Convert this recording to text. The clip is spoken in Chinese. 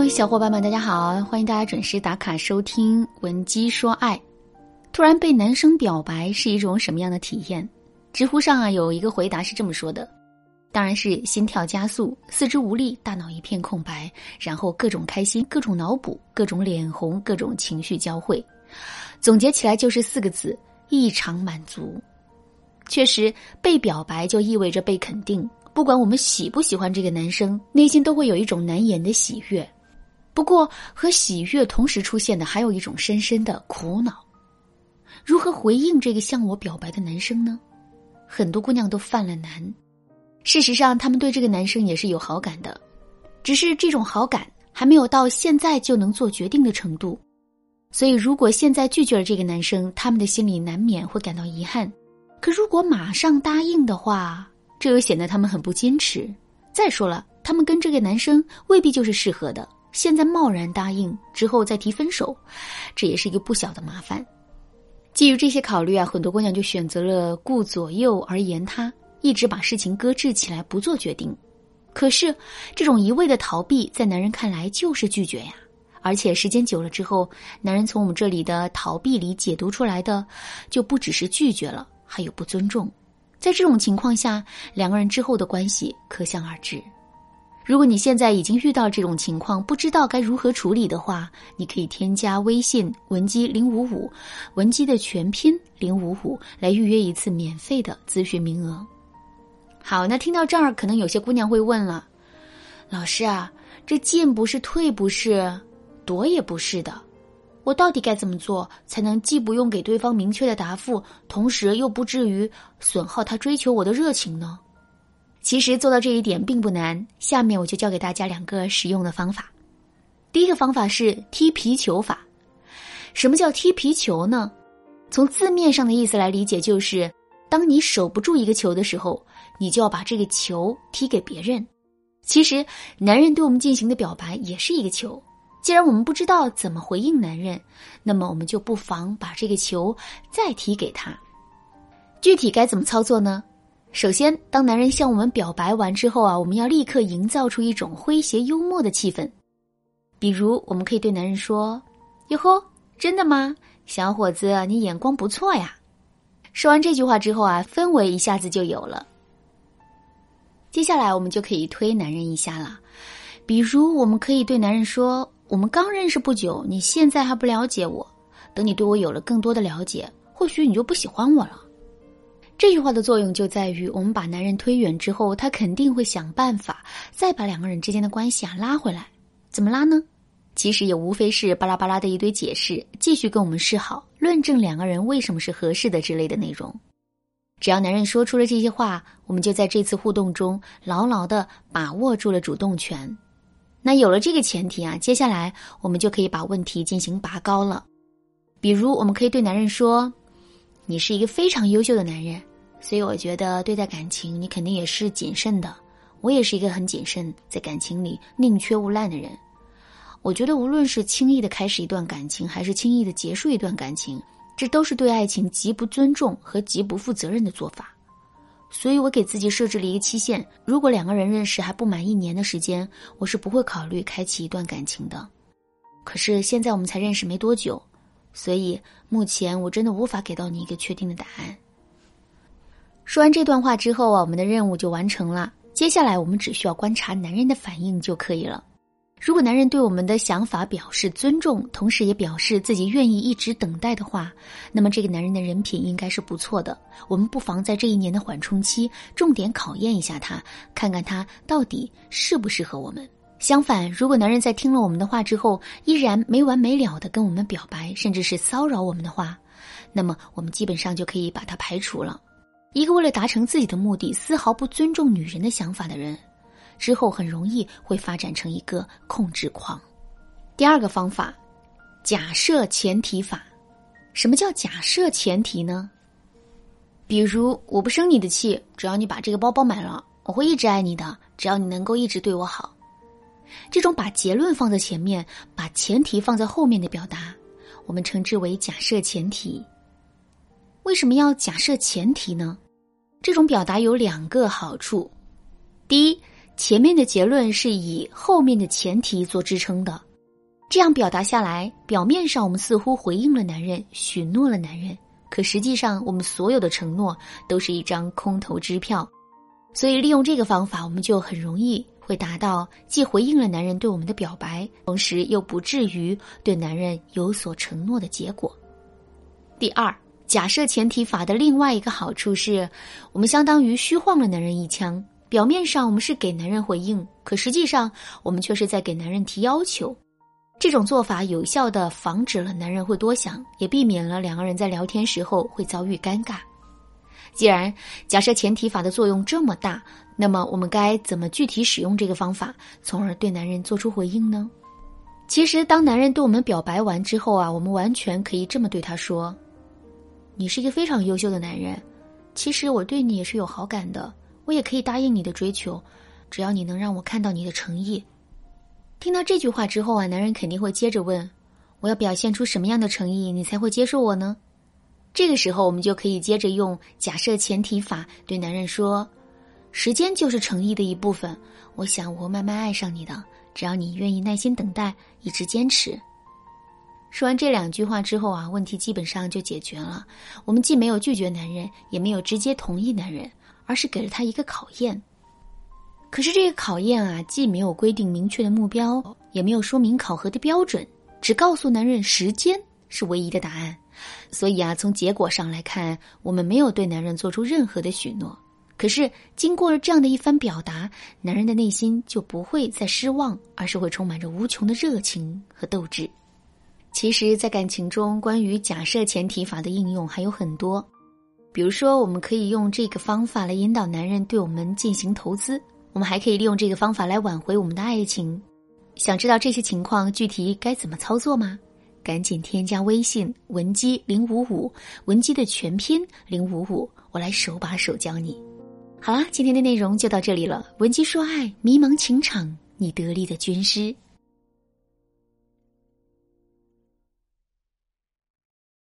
Hello， 小伙伴们，大家好，欢迎大家准时打卡收听文姬说爱。突然被男生表白是一种什么样的体验？知乎上有一个回答是这么说的，当然是心跳加速，四肢无力，大脑一片空白，然后各种开心，各种脑补，各种脸红，各种情绪交汇，总结起来就是4个字：异常满足。确实，被表白就意味着被肯定，不管我们喜不喜欢这个男生，内心都会有一种难言的喜悦。不过和喜悦同时出现的还有一种深深的苦恼。如何回应这个向我表白的男生呢？很多姑娘都犯了难。事实上，她们对这个男生也是有好感的，只是这种好感还没有到现在就能做决定的程度。所以如果现在拒绝了这个男生，她们的心里难免会感到遗憾。可如果马上答应的话，这又显得他们很不矜持。再说了，他们跟这个男生未必就是适合的，现在贸然答应之后再提分手，这也是一个不小的麻烦。基于这些考虑很多姑娘就选择了顾左右而言他，一直把事情搁置起来不做决定。可是这种一味的逃避在男人看来就是拒绝呀，而且时间久了之后，男人从我们这里的逃避里解读出来的就不只是拒绝了，还有不尊重。在这种情况下，两个人之后的关系可想而知。如果你现在已经遇到这种情况，不知道该如何处理的话，你可以添加微信文姬055，文姬的全拼055，来预约一次免费的咨询名额。好，那听到这儿，可能有些姑娘会问了，老师啊，这进不是退不是，躲也不是的，我到底该怎么做才能既不用给对方明确的答复，同时又不至于损耗他追求我的热情呢？其实做到这一点并不难，下面我就教给大家2个实用的方法。第一个方法是踢皮球法。什么叫踢皮球呢？从字面上的意思来理解，就是当你守不住一个球的时候，你就要把这个球踢给别人。其实男人对我们进行的表白也是一个球，既然我们不知道怎么回应男人，那么我们就不妨把这个球再踢给他。具体该怎么操作呢？首先，当男人向我们表白完之后我们要立刻营造出一种诙谐幽默的气氛。比如我们可以对男人说，哟吼，真的吗？小伙子，你眼光不错呀。说完这句话之后氛围一下子就有了。接下来我们就可以推男人一下了。比如我们可以对男人说，我们刚认识不久，你现在还不了解我，等你对我有了更多的了解，或许你就不喜欢我了。这句话的作用就在于，我们把男人推远之后，他肯定会想办法再把2个人之间的关系拉回来。怎么拉呢？其实也无非是巴拉巴拉的一堆解释，继续跟我们示好，论证2个人为什么是合适的之类的内容。只要男人说出了这些话，我们就在这次互动中牢牢地把握住了主动权。那有了这个前提接下来我们就可以把问题进行拔高了。比如我们可以对男人说，你是一个非常优秀的男人，所以我觉得对待感情你肯定也是谨慎的，我也是一个很谨慎，在感情里宁缺毋滥的人。我觉得无论是轻易的开始一段感情，还是轻易的结束一段感情，这都是对爱情极不尊重和极不负责任的做法。所以我给自己设置了一个期限，如果2个人认识还不满1年的时间，我是不会考虑开启一段感情的。可是现在我们才认识没多久，所以目前我真的无法给到你一个确定的答案。说完这段话之后我们的任务就完成了。接下来我们只需要观察男人的反应就可以了。如果男人对我们的想法表示尊重，同时也表示自己愿意一直等待的话，那么这个男人的人品应该是不错的。我们不妨在这1年的缓冲期重点考验一下他，看看他到底适不适合我们。相反，如果男人在听了我们的话之后依然没完没了地跟我们表白，甚至是骚扰我们的话，那么我们基本上就可以把他排除了。一个为了达成自己的目的丝毫不尊重女人的想法的人，之后很容易会发展成一个控制狂。第2个方法，假设前提法。什么叫假设前提呢？比如我不生你的气，只要你把这个包包买了，我会一直爱你的，只要你能够一直对我好。这种把结论放在前面，把前提放在后面的表达，我们称之为假设前提。为什么要假设前提呢？这种表达有2个好处。第一， 前面的结论是以后面的前提做支撑的。这样表达下来，表面上我们似乎回应了男人，许诺了男人，可实际上我们所有的承诺都是一张空头支票。所以利用这个方法，我们就很容易会达到既回应了男人对我们的表白，同时又不至于对男人有所承诺的结果。第二，假设前提法的另外一个好处是，我们相当于虚晃了男人一枪。表面上我们是给男人回应，可实际上我们却是在给男人提要求。这种做法有效地防止了男人会多想，也避免了两个人在聊天时候会遭遇尴尬。既然假设前提法的作用这么大，那么我们该怎么具体使用这个方法，从而对男人做出回应呢？其实当男人对我们表白完之后我们完全可以这么对他说：你是一个非常优秀的男人，其实我对你也是有好感的，我也可以答应你的追求，只要你能让我看到你的诚意。听到这句话之后男人肯定会接着问，我要表现出什么样的诚意你才会接受我呢？这个时候我们就可以接着用假设前提法对男人说，时间就是诚意的一部分，我想我会慢慢爱上你的，只要你愿意耐心等待，一直坚持。说完这两句话之后问题基本上就解决了。我们既没有拒绝男人，也没有直接同意男人，而是给了他一个考验。可是这个考验既没有规定明确的目标，也没有说明考核的标准，只告诉男人时间是唯一的答案。所以从结果上来看，我们没有对男人做出任何的许诺。可是经过了这样的一番表达，男人的内心就不会再失望，而是会充满着无穷的热情和斗志。其实在感情中，关于假设前提法的应用还有很多。比如说我们可以用这个方法来引导男人对我们进行投资，我们还可以利用这个方法来挽回我们的爱情。想知道这些情况具体该怎么操作吗？赶紧添加微信文姬055，文姬的全拼055，我来手把手教你。好啦，今天的内容就到这里了。文姬说爱，迷茫情场，你得力的军师。